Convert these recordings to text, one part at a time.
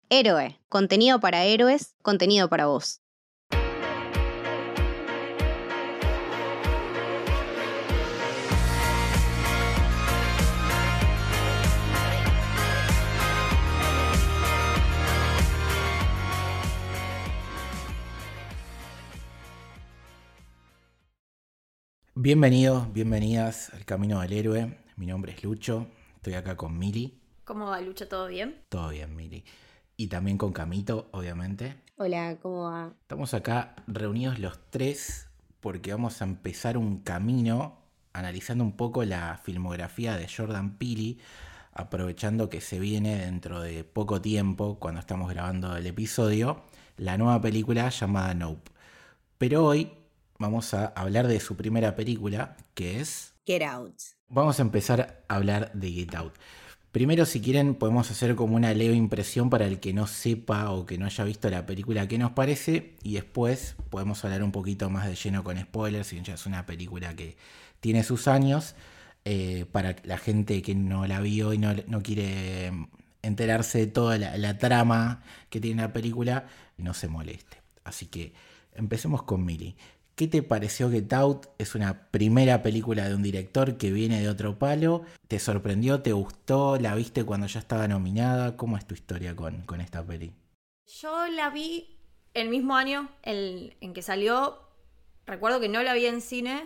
Héroe, contenido para héroes, contenido para vos. Bienvenidos, bienvenidas al Camino del Héroe. Mi nombre es Lucho, estoy acá con Mili. ¿Cómo va, Lucho? ¿Todo bien? Todo bien, Mili. Y también con Camito, obviamente. Hola, ¿cómo va? Estamos acá reunidos los tres porque vamos a empezar un camino analizando un poco la filmografía de Jordan Peele, aprovechando que se viene dentro de poco tiempo, cuando estamos grabando el episodio, la nueva película llamada Nope. Pero hoy vamos a hablar de su primera película, que es Get Out. Vamos a empezar a hablar de Get Out. Primero, si quieren, podemos hacer como una leve impresión para el que no sepa o que no haya visto la película, qué nos parece, y después podemos hablar un poquito más de lleno con spoilers, si ya es una película que tiene sus años, para la gente que no la vio y no quiere enterarse de toda la trama que tiene la película, no se moleste. Así que empecemos con Mili. ¿Qué te pareció Get Out? Es una primera película de un director que viene de otro palo. ¿Te sorprendió? ¿Te gustó? ¿La viste cuando ya estaba nominada? ¿Cómo es tu historia con esta peli? Yo la vi el mismo año en que salió. Recuerdo que no la vi en cine.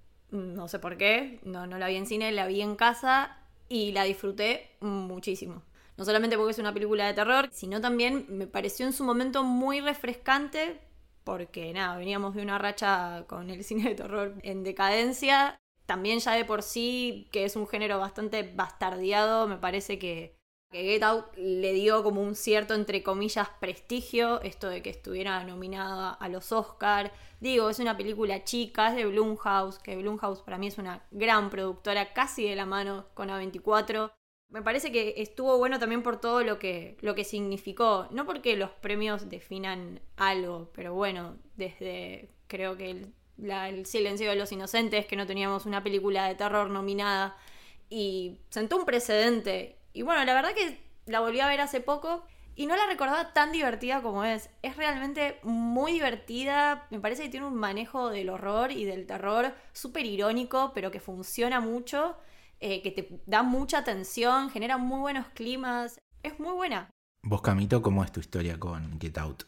No sé por qué. No la vi en cine, la vi en casa y la disfruté muchísimo. No solamente porque es una película de terror, sino también me pareció en su momento muy refrescante. Porque veníamos de una racha con el cine de terror en decadencia. También ya de por sí, que es un género bastante bastardeado, me parece que Get Out le dio como un cierto, entre comillas, prestigio, esto de que estuviera nominada a los Oscar. Digo, es una película chica, es de Blumhouse, que Blumhouse para mí es una gran productora, casi de la mano con A24. Me parece que estuvo bueno también por todo lo que significó. No porque los premios definan algo, pero bueno, desde creo que el Silencio de los Inocentes, que no teníamos una película de terror nominada, y sentó un precedente. Y bueno, la verdad que la volví a ver hace poco y no la recordaba tan divertida como es. Es realmente muy divertida. Me parece que tiene un manejo del horror y del terror súper irónico, pero que funciona mucho. Que te da mucha tensión, genera muy buenos climas. Es muy buena. Vos, Camito, ¿cómo es tu historia con Get Out?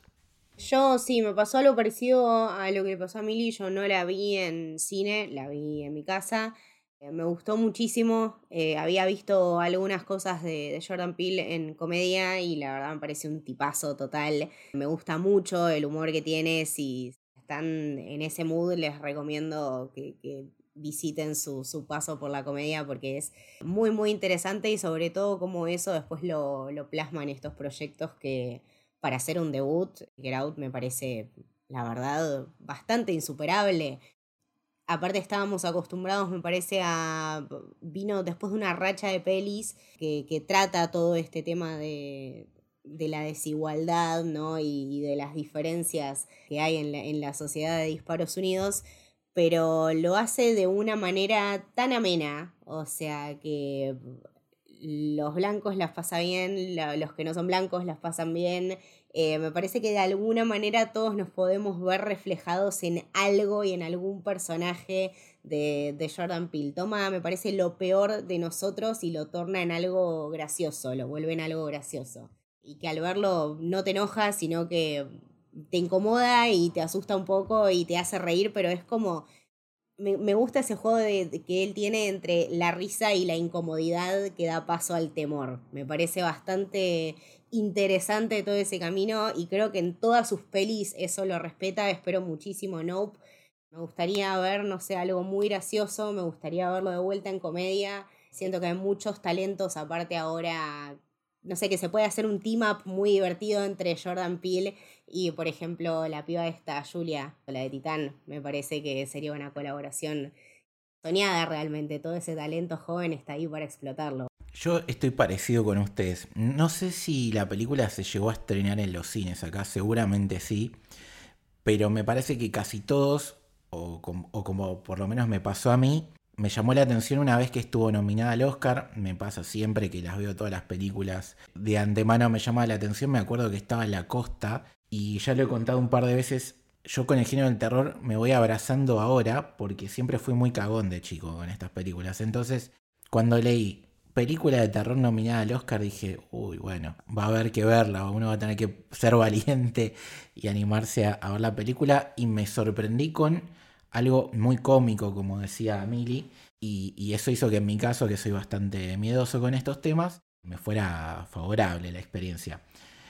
Yo sí, me pasó algo parecido a lo que le pasó a Mili. Yo no la vi en cine, la vi en mi casa. Me gustó muchísimo. Había visto algunas cosas de Jordan Peele en comedia y la verdad me parece un tipazo total. Me gusta mucho el humor que tiene. Si están en ese mood, les recomiendo que visiten su paso por la comedia porque es muy muy interesante y sobre todo cómo eso después lo plasma en estos proyectos que para hacer un debut, Get Out me parece la verdad bastante insuperable. Aparte estábamos acostumbrados, me parece, vino después de una racha de pelis que trata todo este tema de la desigualdad, ¿no? Y de las diferencias que hay en la sociedad de Disparos Unidos, pero lo hace de una manera tan amena, o sea que los blancos las pasan bien, los que no son blancos las pasan bien. Me parece que de alguna manera todos nos podemos ver reflejados en algo y en algún personaje de Jordan Peele. Toma, me parece, lo peor de nosotros y lo torna en algo gracioso, lo vuelve en algo gracioso. Y que al verlo no te enoja, sino que te incomoda y te asusta un poco y te hace reír, pero es como... Me gusta ese juego que él tiene entre la risa y la incomodidad que da paso al temor. Me parece bastante interesante todo ese camino y creo que en todas sus pelis eso lo respeta. Espero muchísimo Nope. Me gustaría ver, no sé, algo muy gracioso. Me gustaría verlo de vuelta en comedia. Siento que hay muchos talentos aparte ahora. No sé, que se puede hacer un team up muy divertido entre Jordan Peele y, por ejemplo, la piba esta, Julia, la de Titán. Me parece que sería una colaboración soñada realmente. Todo ese talento joven está ahí para explotarlo. Yo estoy parecido con ustedes. No sé si la película se llegó a estrenar en los cines acá, seguramente sí, pero me parece que casi todos, o como por lo menos me pasó a mí, Me llamó la atención una vez que estuvo nominada al Oscar. Me pasa siempre que las veo todas las películas. De antemano me llama la atención. Me acuerdo que estaba en la costa. Y ya lo he contado un par de veces. Yo con el género del terror me voy abrazando ahora. Porque siempre fui muy cagón de chico con estas películas. Entonces, cuando leí película de terror nominada al Oscar, dije, uy, bueno, va a haber que verla. Uno va a tener que ser valiente y animarse a ver la película. Y me sorprendí con algo muy cómico, como decía Mili, y eso hizo que en mi caso, que soy bastante miedoso con estos temas, me fuera favorable la experiencia.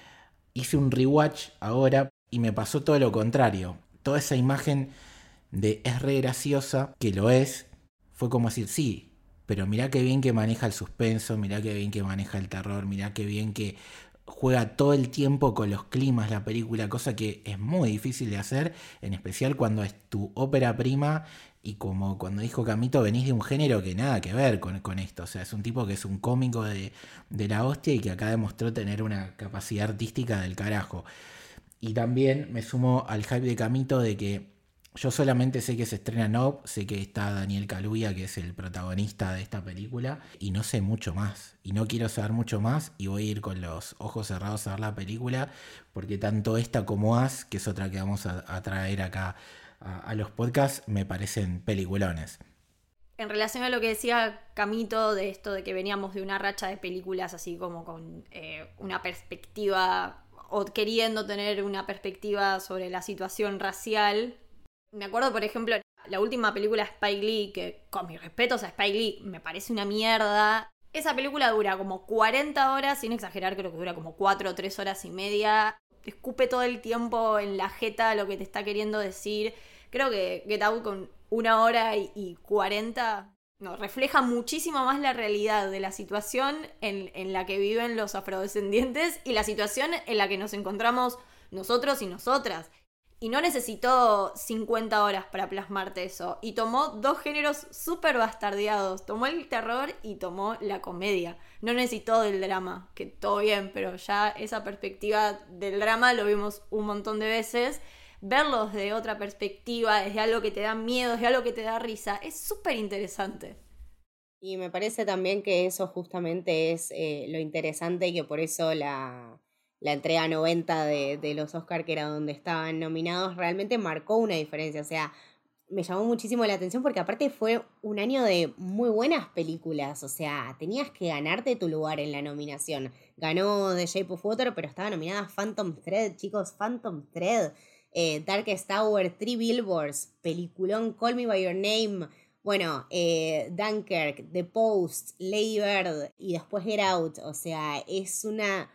Hice un rewatch ahora y me pasó todo lo contrario. Toda esa imagen de es re graciosa, que lo es, fue como decir, sí, pero mirá qué bien que maneja el suspenso, mirá qué bien que maneja el terror, mirá qué bien que juega todo el tiempo con los climas la película, cosa que es muy difícil de hacer, en especial cuando es tu ópera prima y como cuando dijo Camito, venís de un género que nada que ver con esto. O sea, es un tipo que es un cómico de la hostia y que acá demostró tener una capacidad artística del carajo. Y también me sumo al hype de Camito de que yo solamente sé que se estrena Nope, sé que está Daniel Kaluuya, que es el protagonista de esta película, y no sé mucho más. Y no quiero saber mucho más, y voy a ir con los ojos cerrados a ver la película, porque tanto esta como As, que es otra que vamos a traer acá a los podcasts, me parecen peliculones. En relación a lo que decía Camito de esto de que veníamos de una racha de películas así como con una perspectiva, o queriendo tener una perspectiva sobre la situación racial. Me acuerdo, por ejemplo, la última película de Spike Lee, que con mis respetos a Spike Lee me parece una mierda. Esa película dura como 40 horas, sin exagerar, creo que dura como 4 o 3 horas y media. Te escupe todo el tiempo en la jeta lo que te está queriendo decir. Creo que Get Out con 1 hora y 40 refleja muchísimo más la realidad de la situación en la que viven los afrodescendientes y la situación en la que nos encontramos nosotros y nosotras. Y no necesitó 50 horas para plasmarte eso. Y tomó 2 géneros súper bastardeados. Tomó el terror y tomó la comedia. No necesitó del drama, que todo bien, pero ya esa perspectiva del drama lo vimos un montón de veces. Verlos de otra perspectiva, desde algo que te da miedo, desde algo que te da risa, es súper interesante. Y me parece también que eso justamente es lo interesante y que por eso la entrega 90 de los Oscar, que era donde estaban nominados, realmente marcó una diferencia. O sea, me llamó muchísimo la atención porque aparte fue un año de muy buenas películas. O sea, tenías que ganarte tu lugar en la nominación. Ganó The Shape of Water, pero estaba nominada Phantom Thread, chicos, Phantom Thread. Darkest Tower, 3 Billboards, peliculón Call Me By Your Name, bueno, Dunkirk, The Post, Lady Bird y después Get Out. O sea, es una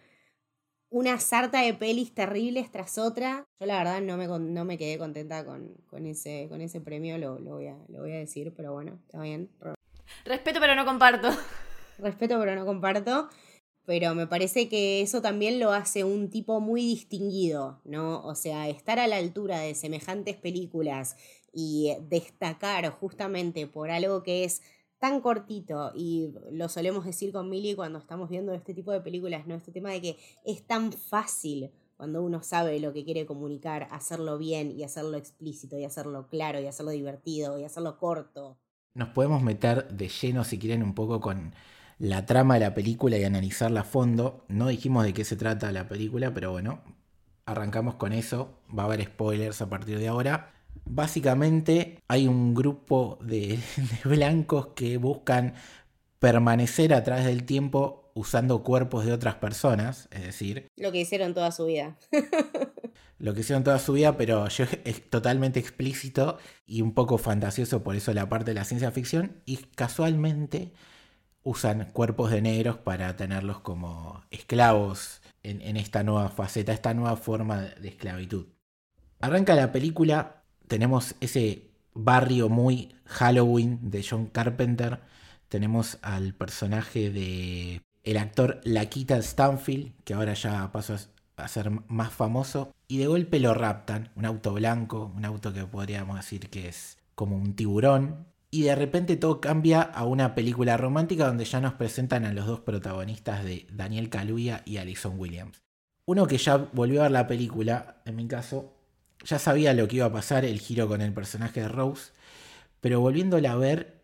sarta de pelis terribles tras otra. Yo la verdad no me quedé contenta con ese premio, lo voy a decir, pero bueno, está bien. Respeto pero no comparto. Respeto pero no comparto. Pero me parece que eso también lo hace un tipo muy distinguido, ¿no? O sea, estar a la altura de semejantes películas y destacar justamente por algo que es tan cortito, y lo solemos decir con Mili cuando estamos viendo este tipo de películas, ¿no? Este tema de que es tan fácil cuando uno sabe lo que quiere comunicar, hacerlo bien y hacerlo explícito y hacerlo claro y hacerlo divertido y hacerlo corto. Nos podemos meter de lleno, si quieren, un poco con la trama de la película y analizarla a fondo. No dijimos de qué se trata la película, pero bueno, arrancamos con eso. Va a haber spoilers a partir de ahora. Básicamente hay un grupo de blancos que buscan permanecer a través del tiempo usando cuerpos de otras personas, es decir... Lo que hicieron toda su vida. Lo que hicieron toda su vida, pero es totalmente explícito y un poco fantasioso, por eso la parte de la ciencia ficción, y casualmente usan cuerpos de negros para tenerlos como esclavos en esta nueva faceta, esta nueva forma de esclavitud. Arranca la película, tenemos ese barrio muy Halloween de John Carpenter, tenemos al personaje de el actor Lakeith Stanfield, que ahora ya pasó a ser más famoso, y de golpe lo raptan, un auto blanco, un auto que podríamos decir que es como un tiburón, y de repente todo cambia a una película romántica donde ya nos presentan a los 2 protagonistas de Daniel Kaluuya y Allison Williams. Uno que ya volvió a ver la película, en mi caso, ya sabía lo que iba a pasar, el giro con el personaje de Rose, pero volviéndola a ver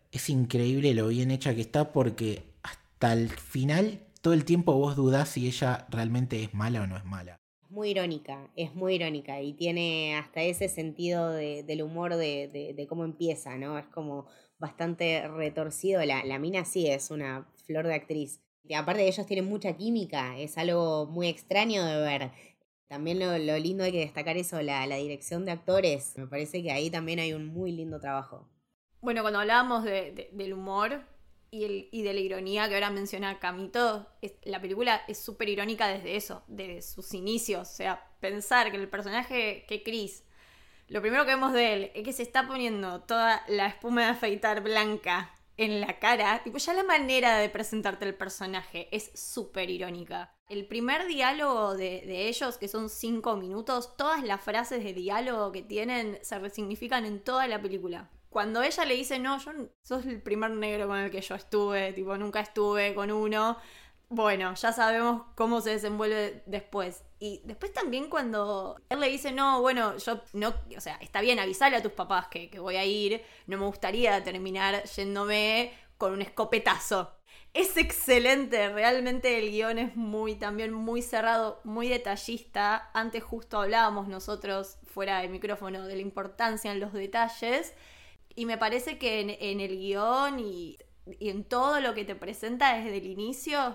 es increíble lo bien hecha que está porque hasta el final todo el tiempo vos dudás si ella realmente es mala o no es mala. Es muy irónica y tiene hasta ese sentido del humor de cómo empieza, ¿no? Es como bastante retorcido. La mina sí es una flor de actriz. Y aparte ellos tienen mucha química, es algo muy extraño de ver. También lo lindo hay que destacar eso, la dirección de actores. Me parece que ahí también hay un muy lindo trabajo. Bueno, cuando hablábamos del humor y de la ironía que ahora menciona Camito, la película es súper irónica desde eso, desde sus inicios. O sea, pensar que el personaje, que Chris, lo primero que vemos de él es que se está poniendo toda la espuma de afeitar blanca en la cara. Tipo, ya la manera de presentarte el personaje es súper irónica. El primer diálogo de ellos, que son 5 minutos, todas las frases de diálogo que tienen se resignifican en toda la película. Cuando ella le dice, no, sos el primer negro con el que yo estuve, tipo, nunca estuve con uno. Bueno, ya sabemos cómo se desenvuelve después. Y después también cuando él le dice, no, bueno, yo no, o sea, está bien, avisarle a tus papás que voy a ir, no me gustaría terminar yéndome con un escopetazo. Es excelente, realmente el guión es también muy cerrado, muy detallista. Antes justo hablábamos nosotros fuera del micrófono de la importancia en los detalles. Y me parece que en el guión y en todo lo que te presenta desde el inicio,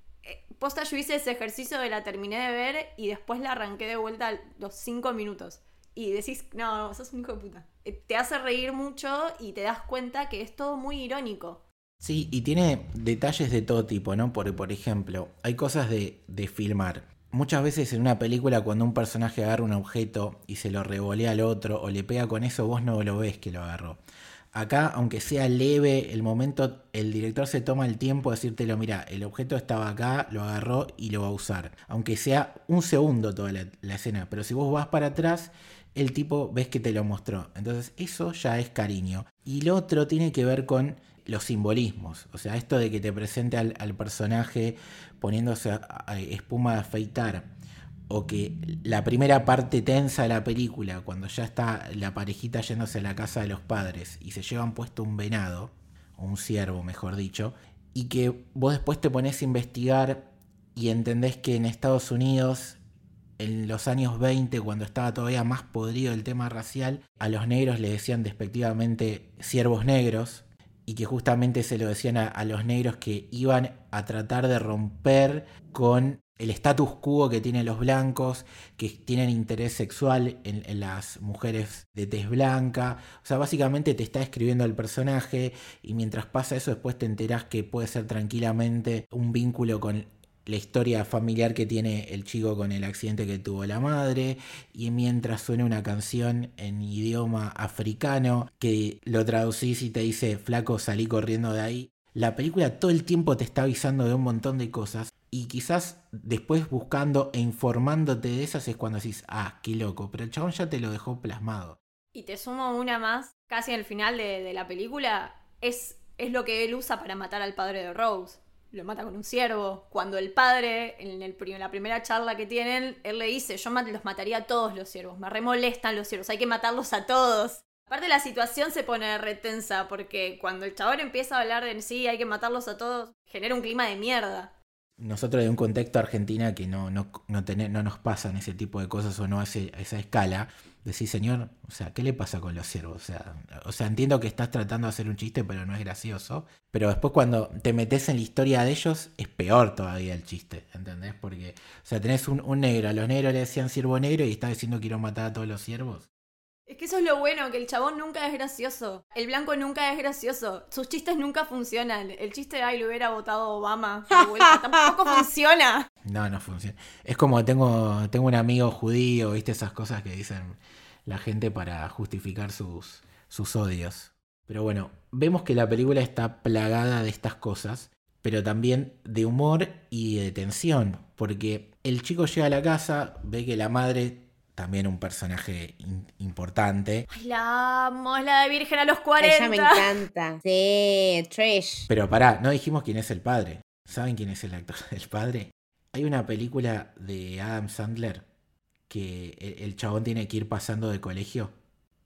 posta yo hice ese ejercicio de la terminé de ver y después la arranqué de vuelta a los 5 minutos. Y decís, no, sos un hijo de puta. Te hace reír mucho y te das cuenta que es todo muy irónico. Sí, y tiene detalles de todo tipo, ¿no? Por ejemplo, hay cosas de filmar. Muchas veces en una película cuando un personaje agarra un objeto y se lo revolea al otro o le pega con eso, vos no lo ves que lo agarró. Acá, aunque sea leve el momento, el director se toma el tiempo de decírtelo, mira, el objeto estaba acá, lo agarró y lo va a usar. Aunque sea un segundo toda la escena, pero si vos vas para atrás, el tipo ves que te lo mostró. Entonces eso ya es cariño. Y lo otro tiene que ver con los simbolismos. O sea, esto de que te presente al personaje poniéndose espuma de afeitar, o que la primera parte tensa de la película, cuando ya está la parejita yéndose a la casa de los padres y se llevan puesto un venado, o un ciervo mejor dicho, y que vos después te pones a investigar y entendés que en Estados Unidos, en los años 20, cuando estaba todavía más podrido el tema racial, a los negros le decían despectivamente ciervos negros, y que justamente se lo decían a los negros que iban a tratar de romper con el status quo que tienen los blancos, que tienen interés sexual en las mujeres de tez blanca. O sea, básicamente te está escribiendo el personaje y mientras pasa eso después te enterás que puede ser tranquilamente un vínculo con la historia familiar que tiene el chico con el accidente que tuvo la madre, y mientras suena una canción en idioma africano que lo traducís y te dice flaco salí corriendo de ahí. La película todo el tiempo te está avisando de un montón de cosas y quizás después buscando e informándote de esas es cuando decís, ah, qué loco, pero el chabón ya te lo dejó plasmado. Y te sumo una más, casi al final de la película, es lo que él usa para matar al padre de Rose. Lo mata con un ciervo. Cuando el padre, en la primera charla que tienen, él le dice, yo los mataría a todos los ciervos, me remolestan los ciervos, hay que matarlos a todos. Aparte la situación se pone retensa porque cuando el chabón empieza a hablar de sí, hay que matarlos a todos, genera un clima de mierda. Nosotros de un contexto argentina que no nos pasan ese tipo de cosas o no a esa escala, decís, señor, o sea, ¿qué le pasa con los ciervos? O sea, entiendo que estás tratando de hacer un chiste, pero no es gracioso. Pero después cuando te metes en la historia de ellos, es peor todavía el chiste, ¿entendés? Porque, o sea, tenés un negro, a los negros le decían ciervo negro y estás diciendo quiero matar a todos los ciervos. Es que eso es lo bueno, que el chabón nunca es gracioso. El blanco nunca es gracioso. Sus chistes nunca funcionan. El chiste de, ay, lo hubiera votado Obama de vuelta, tampoco funciona. No funciona. Es como tengo un amigo judío, ¿viste? Esas cosas que dicen la gente para justificar sus odios. Pero bueno, vemos que la película está plagada de estas cosas, pero también de humor y de tensión, porque el chico llega a la casa, ve que la madre, también un personaje importante. Ay, la amo, es la de Virgen a los 40. Ella me encanta. Sí, Trish. Pero pará, no dijimos quién es el padre. ¿Saben quién es el actor del padre? Hay una película de Adam Sandler que el chabón tiene que ir pasando de colegio,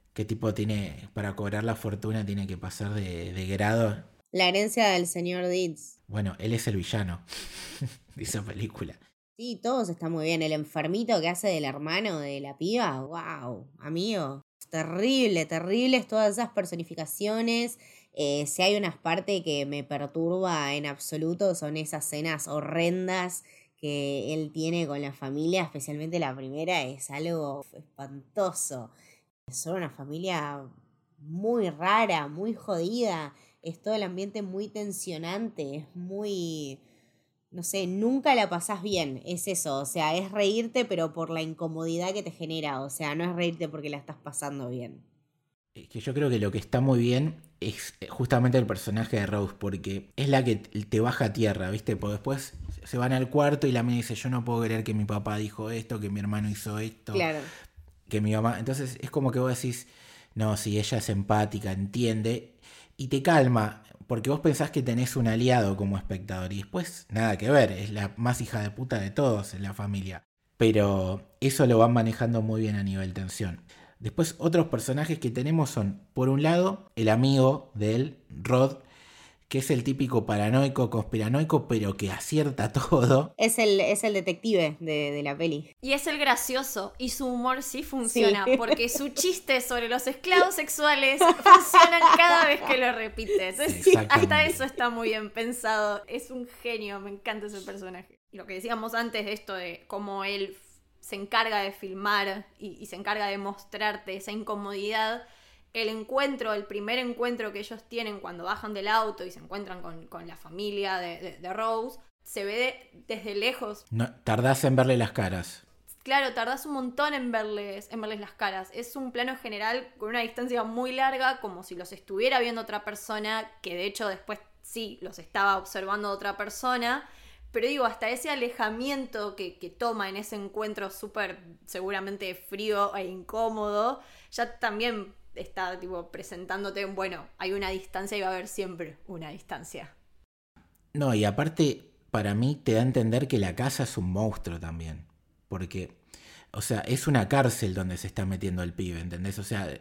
que tipo tiene, para cobrar la fortuna tiene que pasar de grado. La herencia del señor Deeds. Bueno, él es el villano de esa película. Sí, todos están muy bien. El enfermito que hace del hermano de la piba, wow, amigo. Terrible, terribles todas esas personificaciones. Si hay unas partes que me perturba en absoluto, son esas escenas horrendas que él tiene con la familia, especialmente la primera, es algo espantoso. Son una familia muy rara, muy jodida. Es todo el ambiente muy tensionante, es muy... No sé, nunca la pasás bien, es eso, o sea, es reírte pero por la incomodidad que te genera, o sea, no es reírte porque la estás pasando bien. Que yo creo que lo que está muy bien es justamente el personaje de Rose, porque es la que te baja a tierra, ¿viste? Porque después se van al cuarto y la mina dice, yo no puedo creer que mi papá dijo esto, que mi hermano hizo esto, Claro. que mi mamá... Entonces es como que vos decís, no, si ella es empática, entiende, y te calma, porque vos pensás que tenés un aliado como espectador, y después nada que ver, es la más hija de puta de todos en la familia. Pero eso lo van manejando muy bien a nivel tensión. Después otros personajes que tenemos son, por un lado, el amigo de él, Rod, que es el típico paranoico, conspiranoico, pero que acierta todo. Es el detective de la peli. Y es el gracioso, y su humor sí funciona, Sí. porque su chiste sobre los esclavos sexuales funcionan cada vez que lo repite. Entonces, Exactamente. hasta eso está muy bien pensado. Es un genio, me encanta ese personaje. Y lo que decíamos antes de esto de cómo él se encarga de filmar y se encarga de mostrarte esa incomodidad. El primer encuentro que ellos tienen cuando bajan del auto y se encuentran con la familia de Rose, se ve desde lejos. No, tardás en verle las caras. Claro, tardás un montón en verles las caras. Es un plano general con una distancia muy larga, como si los estuviera viendo otra persona, que de hecho después sí los estaba observando otra persona. Pero digo, hasta ese alejamiento que toma en ese encuentro súper seguramente frío e incómodo, ya también está tipo presentándote, bueno, hay una distancia y va a haber siempre una distancia. No, y aparte, para mí te da a entender que la casa es un monstruo también. Porque, o sea, es una cárcel donde se está metiendo el pibe, ¿entendés? O sea,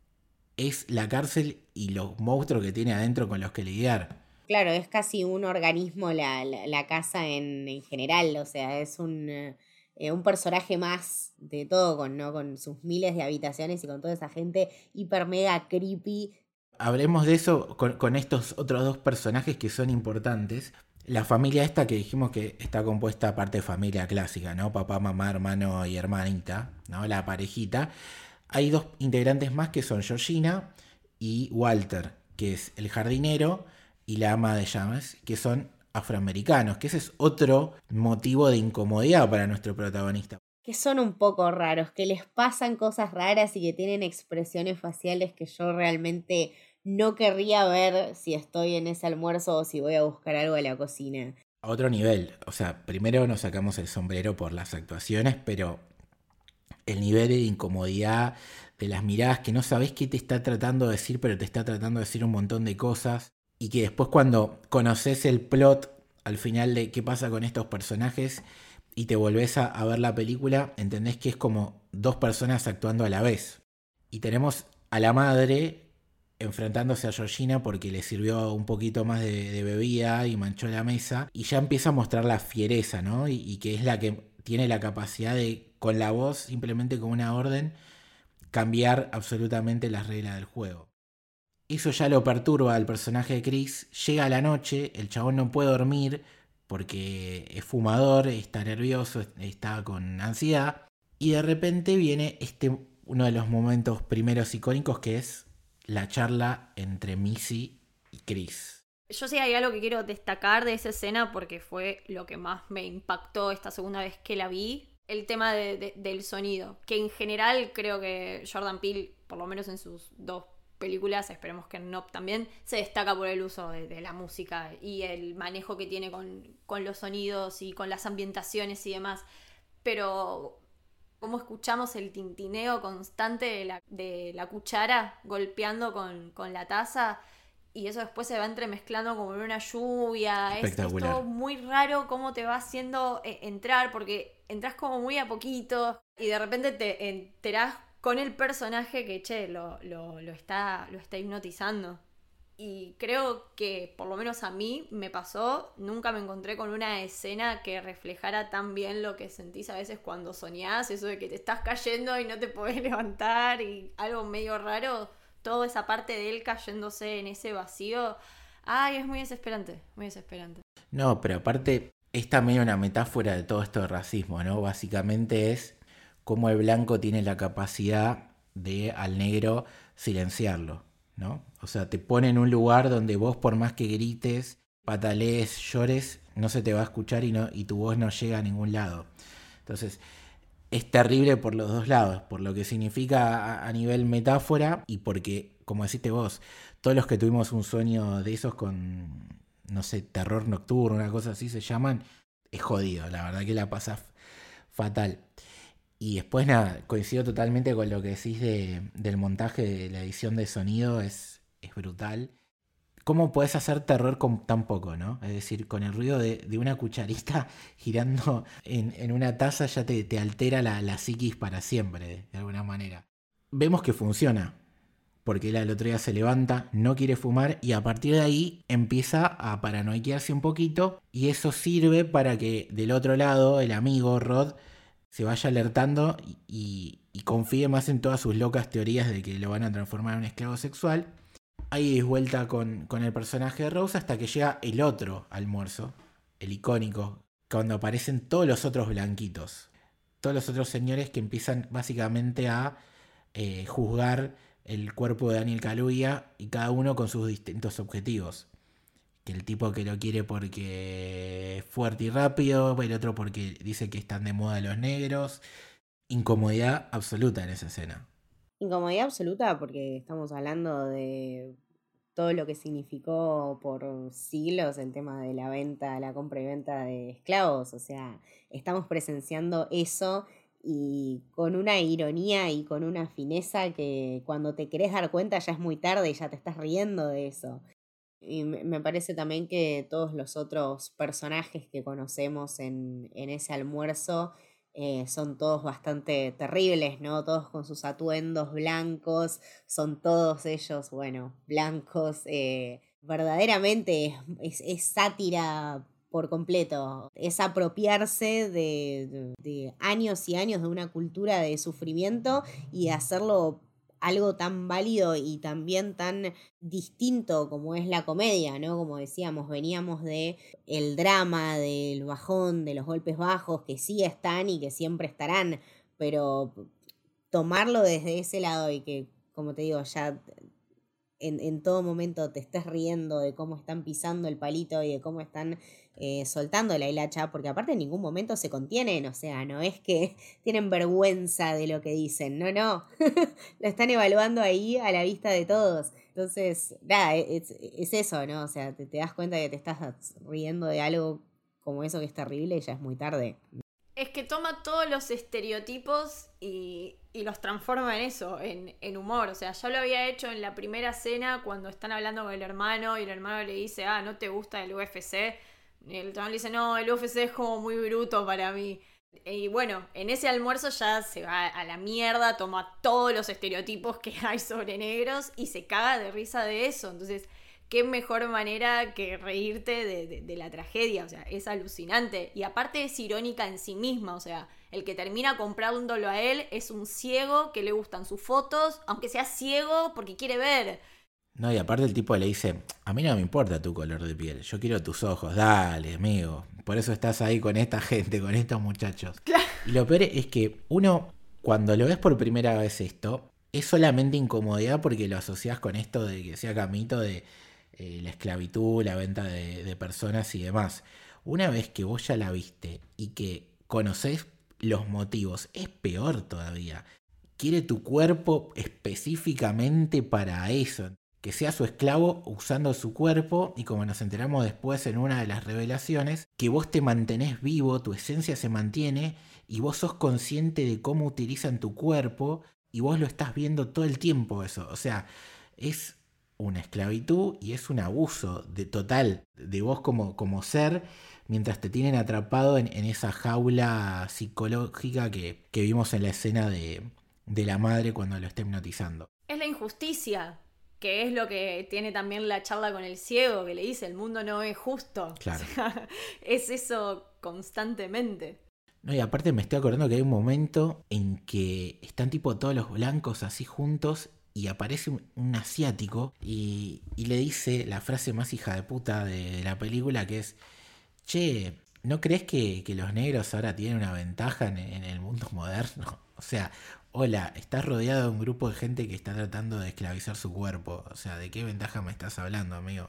es la cárcel y los monstruos que tiene adentro con los que lidiar. Claro, es casi un organismo la casa en general, o sea, es un personaje más de todo, ¿no? Con sus miles de habitaciones y con toda esa gente hiper mega creepy. Hablemos de eso con estos otros dos personajes que son importantes. La familia esta que dijimos que está compuesta aparte de familia clásica, ¿no? Papá, mamá, hermano y hermanita, ¿no? La parejita. Hay dos integrantes más que son Georgina y Walter, que es el jardinero, y la ama de llaves, que son afroamericanos, que ese es otro motivo de incomodidad para nuestro protagonista. Que son un poco raros, que les pasan cosas raras y que tienen expresiones faciales que yo realmente no querría ver si estoy en ese almuerzo o si voy a buscar algo a la cocina. A otro nivel, o sea, primero nos sacamos el sombrero por las actuaciones, pero el nivel de incomodidad, de las miradas, que no sabés qué te está tratando de decir, pero te está tratando de decir un montón de cosas, y que después cuando conoces el plot al final de qué pasa con estos personajes y te volvés a ver la película, entendés que es como dos personas actuando a la vez. Y tenemos a la madre enfrentándose a Georgina porque le sirvió un poquito más de bebida y manchó la mesa, y ya empieza a mostrar la fiereza, ¿no? Y que es la que tiene la capacidad de, con la voz, simplemente con una orden, cambiar absolutamente las reglas del juego. Eso ya lo perturba al personaje de Chris. Llega la noche, el chabón no puede dormir porque es fumador, está nervioso, está con ansiedad, y de repente viene uno de los momentos primeros icónicos, que es la charla entre Missy y Chris. Yo sí hay algo que quiero destacar de esa escena porque fue lo que más me impactó esta segunda vez que la vi. El tema del sonido, que en general creo que Jordan Peele, por lo menos en sus dos películas, esperemos que en Nope también, se destaca por el uso de la música y el manejo que tiene con los sonidos y con las ambientaciones y demás. Pero como escuchamos el tintineo constante de la cuchara golpeando con la taza, y eso después se va entremezclando como en una lluvia. Es todo muy raro cómo te va haciendo entrar, porque entras como muy a poquito y de repente te enterás con el personaje que, lo está hipnotizando. Y creo que, por lo menos a mí, me pasó, nunca me encontré con una escena que reflejara tan bien lo que sentís a veces cuando soñás, eso de que te estás cayendo y no te podés levantar y algo medio raro, toda esa parte de él cayéndose en ese vacío. Ay, es muy desesperante, muy desesperante. No, pero aparte es también una metáfora de todo esto de racismo, ¿no? Básicamente es cómo el blanco tiene la capacidad de al negro silenciarlo, ¿no? O sea, te pone en un lugar donde vos, por más que grites, patalees, llores, no se te va a escuchar y tu voz no llega a ningún lado. Entonces, es terrible por los dos lados, por lo que significa a nivel metáfora y porque, como deciste vos, todos los que tuvimos un sueño de esos con, no sé, terror nocturno, una cosa así se llaman, es jodido, la verdad que la pasás fatal. Y después nada, coincido totalmente con lo que decís del montaje, de la edición de sonido, es brutal. ¿Cómo podés hacer terror con tan poco, no? Es decir, con el ruido de una cucharita girando en una taza ya te altera la psiquis para siempre, de alguna manera. Vemos que funciona, porque él al otro día se levanta, no quiere fumar y a partir de ahí empieza a paranoiquearse un poquito y eso sirve para que del otro lado el amigo Rod se vaya alertando y confíe más en todas sus locas teorías de que lo van a transformar en un esclavo sexual. Ahí es vuelta con el personaje de Rose hasta que llega el otro almuerzo, el icónico, cuando aparecen todos los otros blanquitos, todos los otros señores que empiezan básicamente a juzgar el cuerpo de Daniel Kaluuya y cada uno con sus distintos objetivos. Que el tipo que lo quiere porque es fuerte y rápido, el otro porque dice que están de moda los negros. Incomodidad absoluta en esa escena. Incomodidad absoluta porque estamos hablando de todo lo que significó por siglos el tema de la venta, la compra y venta de esclavos. O sea, estamos presenciando eso y con una ironía y con una fineza que cuando te querés dar cuenta ya es muy tarde y ya te estás riendo de eso. Y me parece también que todos los otros personajes que conocemos en ese almuerzo son todos bastante terribles, ¿no? Todos con sus atuendos blancos, son todos ellos, bueno, blancos. Verdaderamente es sátira por completo. Es apropiarse de años y años de una cultura de sufrimiento y hacerlo algo tan válido y también tan distinto como es la comedia, ¿no? Como decíamos, veníamos de el drama, del bajón, de los golpes bajos, que sí están y que siempre estarán, pero tomarlo desde ese lado y que, como te digo, ya en todo momento te estés riendo de cómo están pisando el palito y de cómo están soltando la hilacha, porque aparte en ningún momento se contienen, o sea, no es que tienen vergüenza de lo que dicen, no, lo están evaluando ahí a la vista de todos. Entonces, nada, es eso, ¿no? O sea, te das cuenta que te estás riendo de algo como eso que es terrible y ya es muy tarde. Es que toma todos los estereotipos y los transforma en eso, en humor. O sea, ya lo había hecho en la primera escena cuando están hablando con el hermano y el hermano le dice, ¿no te gusta el UFC? Y el hermano le dice, no, el UFC es como muy bruto para mí. Y bueno, en ese almuerzo ya se va a la mierda, toma todos los estereotipos que hay sobre negros y se caga de risa de eso. Entonces, qué mejor manera que reírte de la tragedia, o sea, es alucinante. Y aparte es irónica en sí misma, o sea, el que termina comprándolo a él es un ciego que le gustan sus fotos, aunque sea ciego porque quiere ver. No, y aparte el tipo le dice, a mí no me importa tu color de piel, yo quiero tus ojos, dale, amigo. Por eso estás ahí con esta gente, con estos muchachos. Claro. Y lo peor es que uno, cuando lo ves por primera vez esto, es solamente incomodidad porque lo asociás con esto de que sea Camito de la esclavitud, la venta de personas y demás. Una vez que vos ya la viste y que conocés los motivos, es peor todavía. Quiere tu cuerpo específicamente para eso. Que sea su esclavo usando su cuerpo y como nos enteramos después en una de las revelaciones, que vos te mantenés vivo, tu esencia se mantiene y vos sos consciente de cómo utilizan tu cuerpo y vos lo estás viendo todo el tiempo eso. O sea, es una esclavitud y es un abuso total de vos como ser mientras te tienen atrapado en esa jaula psicológica que vimos en la escena de de la madre cuando lo está hipnotizando. Es la injusticia, que es lo que tiene también la charla con el ciego, que le dice, el mundo no es justo. Claro. O sea, es eso constantemente. No, y aparte me estoy acordando que hay un momento en que están tipo todos los blancos así juntos y aparece un asiático y le dice la frase más hija de puta de la película, que es: che, ¿no crees que los negros ahora tienen una ventaja en el mundo moderno? O sea, hola, estás rodeado de un grupo de gente que está tratando de esclavizar su cuerpo. O sea, ¿de qué ventaja me estás hablando, amigo?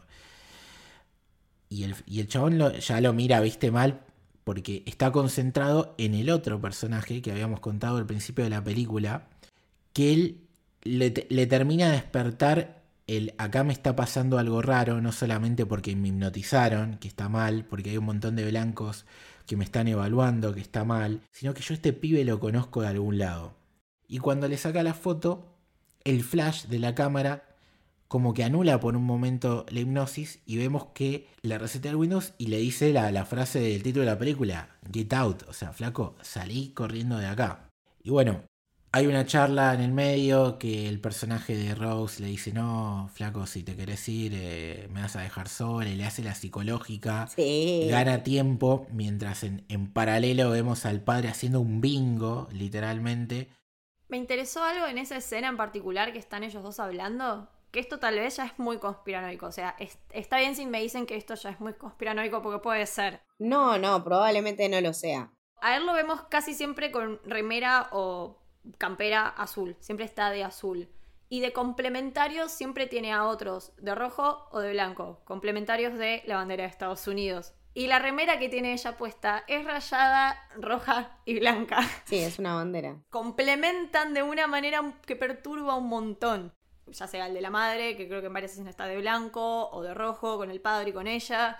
Y el chabón ya lo mira, viste, mal, porque está concentrado en el otro personaje que habíamos contado al principio de la película, que él le termina de despertar el acá me está pasando algo raro, no solamente porque me hipnotizaron, que está mal, porque hay un montón de blancos que me están evaluando, que está mal, sino que yo este pibe lo conozco de algún lado. Y cuando le saca la foto, el flash de la cámara como que anula por un momento la hipnosis y vemos que le reseta el Windows y le dice la frase del título de la película: Get out, o sea, flaco, salí corriendo de acá. Y bueno, hay una charla en el medio que el personaje de Rose le dice: no, flaco, si te querés ir, me vas a dejar sola, y le hace la psicológica, Sí. gana tiempo, mientras en paralelo vemos al padre haciendo un bingo, literalmente. Me interesó algo en esa escena en particular que están ellos dos hablando, que esto tal vez ya es muy conspiranoico. O sea, está bien si me dicen que esto ya es muy conspiranoico, porque puede ser. No, probablemente no lo sea. A él lo vemos casi siempre con remera o campera azul. Siempre está de azul. Y de complementarios siempre tiene a otros de rojo o de blanco. Complementarios de la bandera de Estados Unidos. Y la remera que tiene ella puesta es rayada, roja y blanca. Sí, es una bandera. Complementan de una manera que perturba un montón. Ya sea el de la madre, que creo que en varias escenas está de blanco, o de rojo, con el padre y con ella.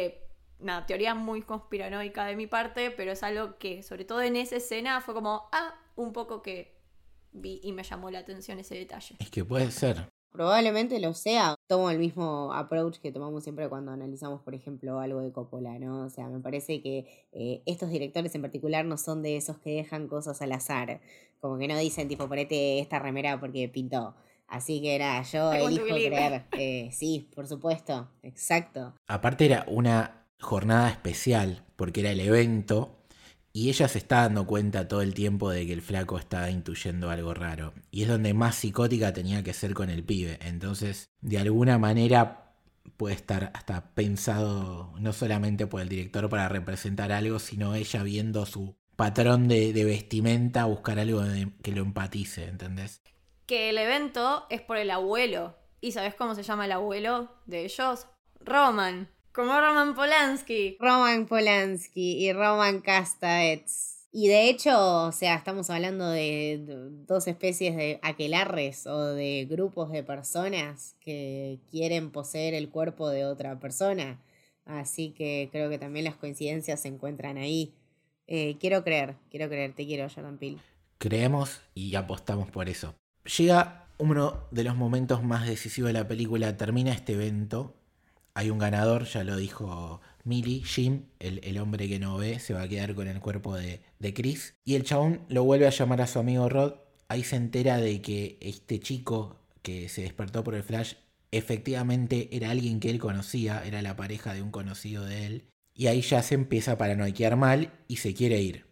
Una teoría muy conspiranoica de mi parte, pero es algo que, sobre todo en esa escena, fue como, un poco que vi y me llamó la atención ese detalle. Es que puede ser. Probablemente lo sea. Tomo el mismo approach que tomamos siempre cuando analizamos, por ejemplo, algo de Coppola, ¿no? O sea, me parece que estos directores en particular no son de esos que dejan cosas al azar. Como que no dicen, tipo, ponete esta remera porque pintó. Así que nada, yo elijo creer. Sí, por supuesto. Exacto. Aparte era una jornada especial, porque era el evento. Y ella se está dando cuenta todo el tiempo de que el flaco está intuyendo algo raro. Y es donde más psicótica tenía que ser con el pibe. Entonces, de alguna manera puede estar hasta pensado no solamente por el director para representar algo, sino ella viendo su patrón de vestimenta, buscar algo que lo empatice, ¿entendés? Que el evento es por el abuelo. ¿Y sabes cómo se llama el abuelo de ellos? Roman. Como Roman Polanski. Roman Polanski y Roman Castaets. Y de hecho, o sea, estamos hablando de dos especies de aquelarres o de grupos de personas que quieren poseer el cuerpo de otra persona. Así que creo que también las coincidencias se encuentran ahí. Quiero creer, te quiero, Jordan Peele. Creemos y apostamos por eso. Llega uno de los momentos más decisivos de la película, termina este evento. Hay un ganador, ya lo dijo Millie, Jim, el hombre que no ve, se va a quedar con el cuerpo de Chris. Y el chabón lo vuelve a llamar a su amigo Rod. Ahí se entera de que este chico que se despertó por el flash efectivamente era alguien que él conocía, era la pareja de un conocido de él. Y ahí ya se empieza a paranoiquear mal y se quiere ir.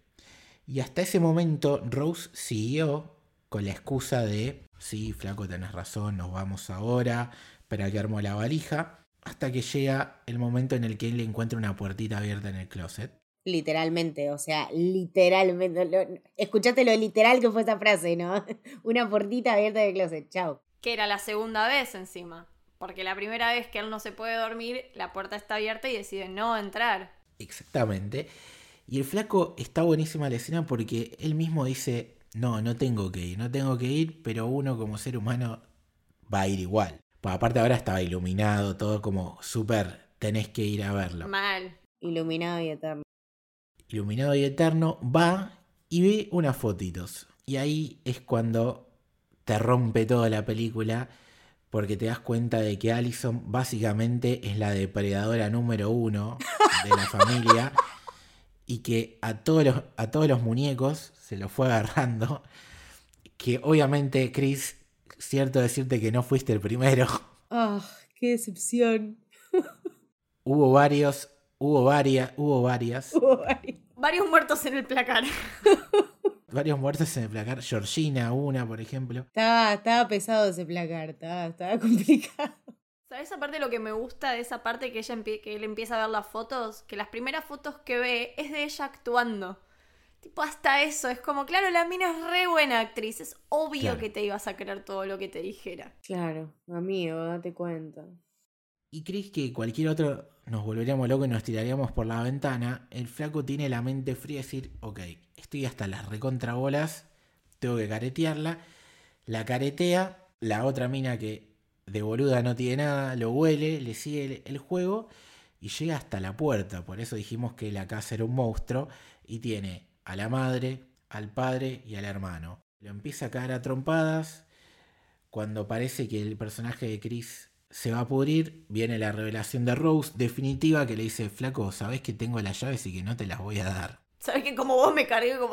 Y hasta ese momento Rose siguió con la excusa de: sí, flaco, tenés razón, nos vamos ahora, para que armó la valija. Hasta que llega el momento en el que él le encuentra una puertita abierta en el closet. Literalmente, o sea, literalmente. Escuchaste lo literal que fue esa frase, ¿no? Una puertita abierta en el closet, chao. Que era la segunda vez encima. Porque la primera vez que él no se puede dormir, la puerta está abierta y decide no entrar. Exactamente. Y el flaco, está buenísima la escena porque él mismo dice: no tengo que ir, pero uno como ser humano va a ir igual. Pues aparte ahora estaba iluminado, todo como súper, tenés que ir a verlo. Mal. Iluminado y eterno. Iluminado y eterno, va y ve unas fotitos. Y ahí es cuando te rompe toda la película, porque te das cuenta de que Allison básicamente es la depredadora número 1 de la familia y que a todos los muñecos se los fue agarrando que obviamente, Chris, cierto decirte que no fuiste el primero. ¡Ah, qué decepción! Hubo varias. Varios muertos en el placar. Varios muertos en el placar. Georgina, una, por ejemplo. Estaba pesado ese placar, estaba complicado. ¿Sabes? Aparte lo que me gusta de esa parte que él empieza a ver las fotos, que las primeras fotos que ve es de ella actuando. Tipo, hasta eso, es como, claro, la mina es re buena actriz, es obvio Claro. que te ibas a creer todo lo que te dijera. Claro, amigo, date cuenta. Y Chris, que cualquier otro nos volveríamos locos y nos tiraríamos por la ventana, el flaco tiene la mente fría y decir, ok, estoy hasta las recontrabolas, tengo que caretearla. La caretea, la otra mina que de boluda no tiene nada, lo huele, le sigue el juego y llega hasta la puerta. Por eso dijimos que la casa era un monstruo y tiene a la madre, al padre y al hermano. Lo empieza a caer a trompadas. Cuando parece que el personaje de Chris se va a pudrir, viene la revelación de Rose definitiva que le dice, flaco, sabés que tengo las llaves y que no te las voy a dar. ¿Sabes que como vos me cargué como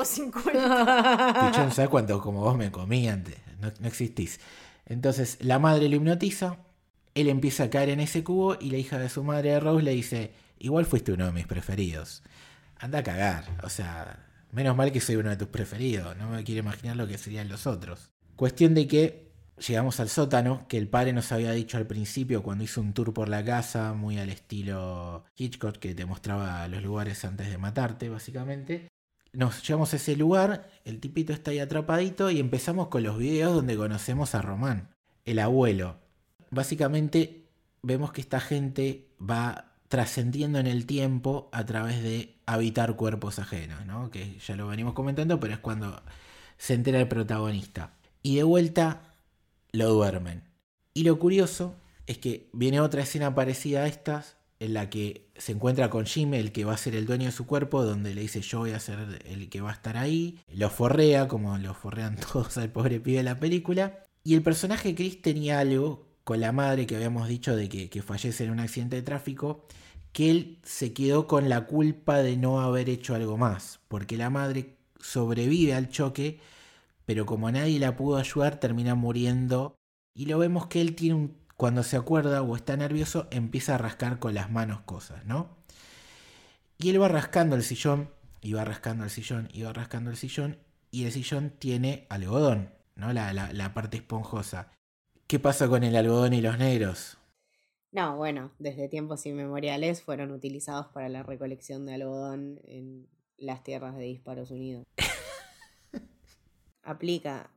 50? Pichón, ¿sabes cuánto como vos me comí antes? No existís. Entonces la madre lo hipnotiza, él empieza a caer en ese cubo y la hija de su madre de Rose le dice, igual fuiste uno de mis preferidos. Anda a cagar, o sea, menos mal que soy uno de tus preferidos, no me quiero imaginar lo que serían los otros. Cuestión de que llegamos al sótano, que el padre nos había dicho al principio cuando hizo un tour por la casa, muy al estilo Hitchcock, que te mostraba los lugares antes de matarte, básicamente. Nos llevamos a ese lugar, el tipito está ahí atrapadito y empezamos con los videos donde conocemos a Román, el abuelo. Básicamente vemos que esta gente va trascendiendo en el tiempo a través de habitar cuerpos ajenos, ¿no? Que ya lo venimos comentando, pero es cuando se entera el protagonista. Y de vuelta lo duermen. Y lo curioso es que viene otra escena parecida a estas, en la que se encuentra con Jim, el que va a ser el dueño de su cuerpo, donde le dice yo voy a ser el que va a estar ahí. Lo forrea, como lo forrean todos al pobre pibe de la película. Y el personaje Chris tenía algo con la madre que habíamos dicho de que fallece en un accidente de tráfico, que él se quedó con la culpa de no haber hecho algo más, porque la madre sobrevive al choque, pero como nadie la pudo ayudar, termina muriendo. Y lo vemos que él tiene cuando se acuerda o está nervioso, empieza a rascar con las manos cosas, ¿no? Y él va rascando el sillón, y va rascando el sillón, y va rascando el sillón, y el sillón tiene algodón, ¿no? La parte esponjosa. ¿Qué pasa con el algodón y los negros? No, bueno, desde tiempos inmemoriales fueron utilizados para la recolección de algodón en las tierras de Disparos Unidos. Aplica.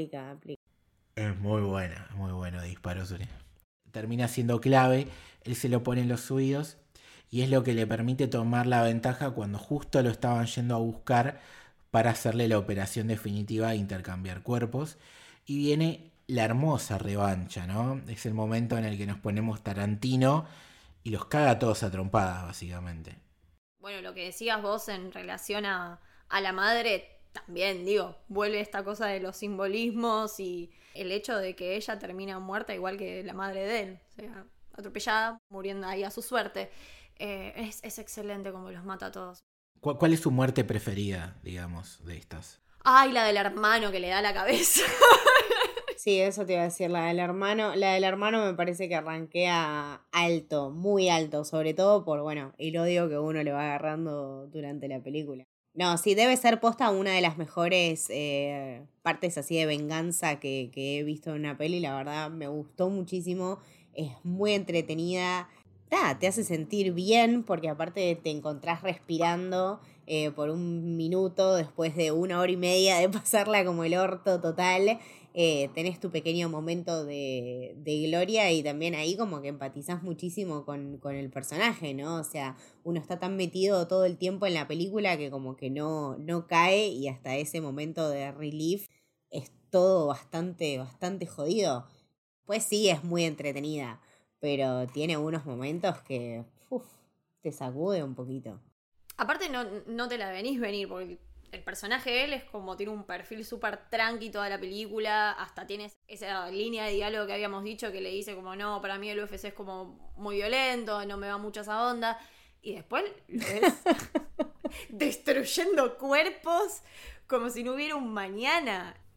Es muy bueno Disparos Unidos. Termina siendo clave, él se lo pone en los oídos y es lo que le permite tomar la ventaja cuando justo lo estaban yendo a buscar para hacerle la operación definitiva e intercambiar cuerpos. Y viene la hermosa revancha, ¿no? Es el momento en el que nos ponemos Tarantino y los caga a todos a trompadas, básicamente. Bueno, lo que decías vos en relación a la madre, también, digo, vuelve esta cosa de los simbolismos y el hecho de que ella termina muerta igual que la madre de él, o sea, atropellada, muriendo ahí a su suerte. Es excelente como los mata a todos. ¿Cuál es su muerte preferida, digamos, de estas? Ay, la del hermano que le da la cabeza. Sí, eso te iba a decir, la del hermano me parece que arranquea alto, muy alto, sobre todo por, bueno, el odio que uno le va agarrando durante la película. No, sí, debe ser posta una de las mejores partes así de venganza que he visto en una peli, la verdad me gustó muchísimo, es muy entretenida, te hace sentir bien porque aparte te encontrás respirando por un minuto después de 1 hora y media de pasarla como el orto total. Tenés tu pequeño momento de gloria y también ahí como que empatizás muchísimo con el personaje, ¿no? O sea, uno está tan metido todo el tiempo en la película que como que no cae y hasta ese momento de relief es todo bastante jodido. Pues sí, es muy entretenida, pero tiene unos momentos que te sacude un poquito. Aparte no te la venís venir porque el personaje de él es como tiene un perfil súper tranqui toda la película, hasta tienes esa línea de diálogo que habíamos dicho que le dice como no, para mí el UFC es como muy violento, no me va mucho esa onda, y después lo ves destruyendo cuerpos como si no hubiera un mañana.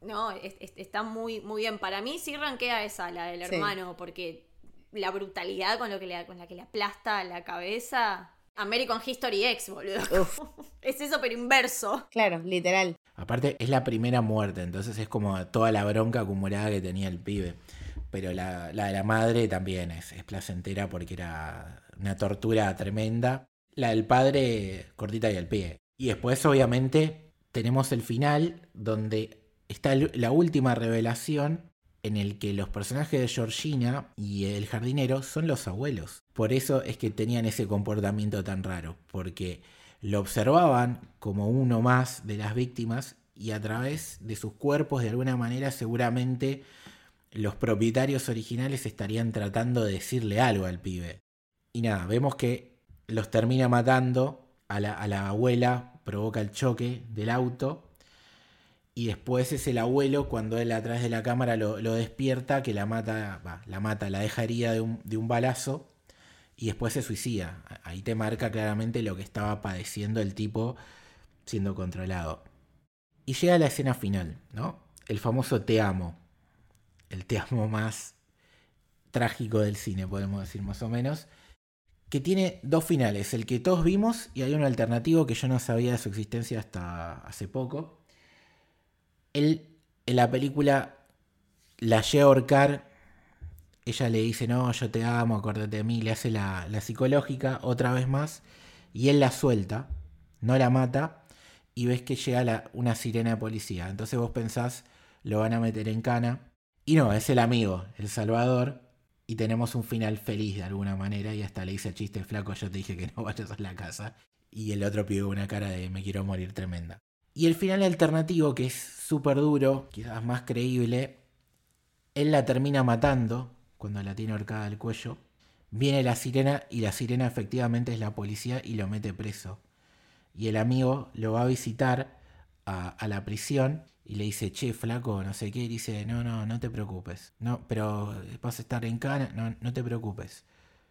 No, está muy, muy bien. Para mí sí ranquea esa, la del Sí. hermano, porque la brutalidad con la que le aplasta la cabeza. American History X, boludo. Uf. Es eso, pero inverso. Claro, literal. Aparte, es la primera muerte, entonces es como toda la bronca acumulada que tenía el pibe. Pero la de la madre también es placentera porque era una tortura tremenda. La del padre, cortita y al pie. Y después, obviamente, tenemos el final donde está la última revelación en el que los personajes de Georgina y el jardinero son los abuelos. Por eso es que tenían ese comportamiento tan raro, porque lo observaban como uno más de las víctimas y a través de sus cuerpos de alguna manera seguramente los propietarios originales estarían tratando de decirle algo al pibe. Y nada, vemos que los termina matando a la abuela, provoca el choque del auto. Y después es el abuelo, cuando él atrás de la cámara lo despierta, que la mata, la deja herida de un balazo. Y después se suicida. Ahí te marca claramente lo que estaba padeciendo el tipo siendo controlado. Y llega la escena final, ¿no? El famoso te amo. El te amo más trágico del cine, podemos decir más o menos. Que tiene dos finales. El que todos vimos y hay uno alternativo que yo no sabía de su existencia hasta hace poco. Él en la película la llega a ahorcar. Ella le dice, no, yo te amo, acuérdate de mí. Le hace la psicológica otra vez más. Y él la suelta, no la mata. Y ves que llega una sirena de policía. Entonces vos pensás, lo van a meter en cana. Y no, es el amigo, el Salvador. Y tenemos un final feliz de alguna manera. Y hasta le dice chiste, flaco, yo te dije que no vayas a la casa. Y el otro pide una cara de me quiero morir tremenda. Y el final alternativo, que es súper duro, quizás más creíble, él la termina matando cuando la tiene ahorcada al cuello. Viene la sirena y la sirena efectivamente es la policía y lo mete preso. Y el amigo lo va a visitar a la prisión y le dice, che, flaco, no sé qué. Y dice, no te preocupes. No, pero vas a estar en cana, no te preocupes.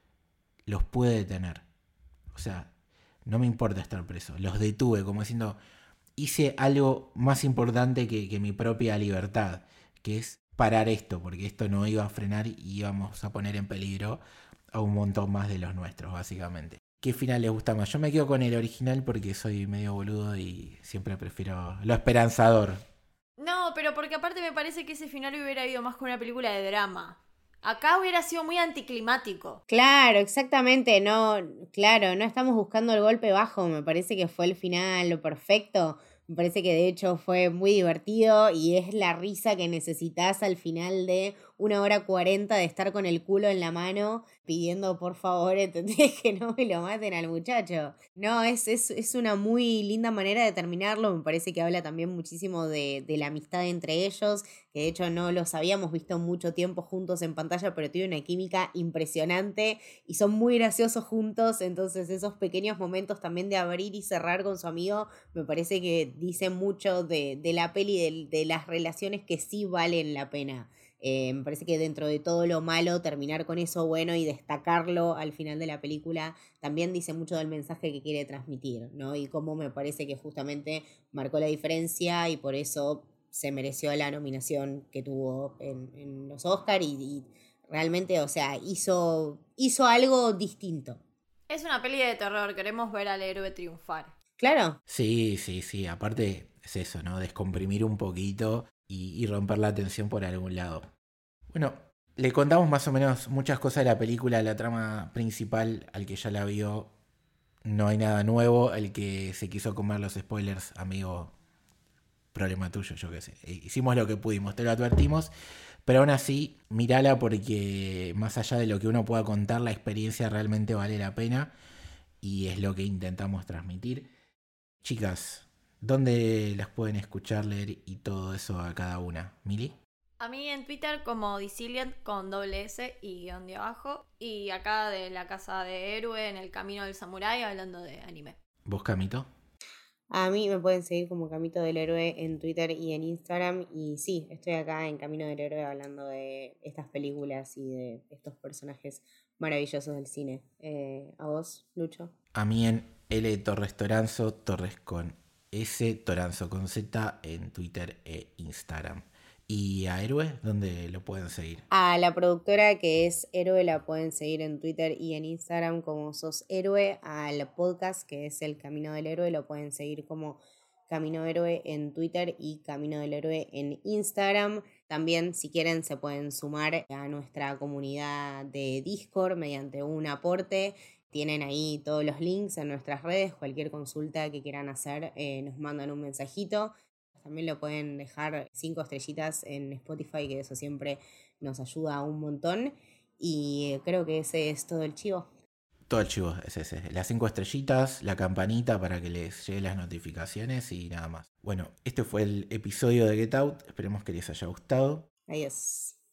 Los puede detener. O sea, no me importa estar preso. Los detuve, como diciendo, hice algo más importante que mi propia libertad, que es parar esto, porque esto no iba a frenar y íbamos a poner en peligro a un montón más de los nuestros, básicamente. ¿Qué final les gusta más? Yo me quedo con el original porque soy medio boludo y siempre prefiero lo esperanzador. No, pero porque aparte me parece que ese final hubiera ido más con una película de drama. Acá hubiera sido muy anticlimático. Claro, exactamente, no, claro, no estamos buscando el golpe bajo, me parece que fue el final, lo perfecto, me parece que de hecho fue muy divertido y es la risa que necesitas al final de 1 hora 40 de estar con el culo en la mano pidiendo por favor, ¿entendés? Que no me lo maten al muchacho. No, es una muy linda manera de terminarlo, me parece que habla también muchísimo de la amistad entre ellos, que de hecho no los habíamos visto mucho tiempo juntos en pantalla, pero tienen una química impresionante y son muy graciosos juntos, entonces esos pequeños momentos también de abrir y cerrar con su amigo, me parece que dicen mucho de la peli, de las relaciones que sí valen la pena. Me parece que dentro de todo lo malo, terminar con eso bueno y destacarlo al final de la película también dice mucho del mensaje que quiere transmitir, ¿no? Y cómo me parece que justamente marcó la diferencia y por eso se mereció la nominación que tuvo en los Oscar y realmente, o sea, hizo algo distinto. Es una peli de terror, queremos ver al héroe triunfar. Claro. Sí, aparte es eso, ¿no? Descomprimir un poquito y romper la tensión por algún lado. Bueno, le contamos más o menos muchas cosas de la película, la trama principal, al que ya la vio, no hay nada nuevo, el que se quiso comer los spoilers, amigo, problema tuyo, yo qué sé. Hicimos lo que pudimos, te lo advertimos, pero aún así, mírala porque más allá de lo que uno pueda contar, la experiencia realmente vale la pena y es lo que intentamos transmitir. Chicas, ¿dónde las pueden escuchar, leer y todo eso a cada una? ¿Mili? A mí en Twitter como Disilient con doble S y guión de abajo. Y acá de la casa de héroe en el camino del samurái hablando de anime. ¿Vos, Camito? A mí me pueden seguir como Camito del Héroe en Twitter y en Instagram. Y sí, estoy acá en Camino del Héroe hablando de estas películas y de estos personajes maravillosos del cine. ¿A vos, Lucho? A mí en L Torres Toranzo, Torres con S, Toranzo con Z en Twitter e Instagram. Instagram. ¿Y a Héroe dónde lo pueden seguir? A la productora que es Héroe la pueden seguir en Twitter y en Instagram como Sos Héroe. Al podcast que es El Camino del Héroe lo pueden seguir como Camino Héroe en Twitter y Camino del Héroe en Instagram. También, si quieren, se pueden sumar a nuestra comunidad de Discord mediante un aporte. Tienen ahí todos los links en nuestras redes. Cualquier consulta que quieran hacer, nos mandan un mensajito. También lo pueden dejar 5 estrellitas en Spotify, que eso siempre nos ayuda un montón. Y creo que ese es todo el chivo. Todo el chivo es ese. Las 5 estrellitas, la campanita para que les lleguen las notificaciones y nada más. Bueno, este fue el episodio de Get Out. Esperemos que les haya gustado. Adiós.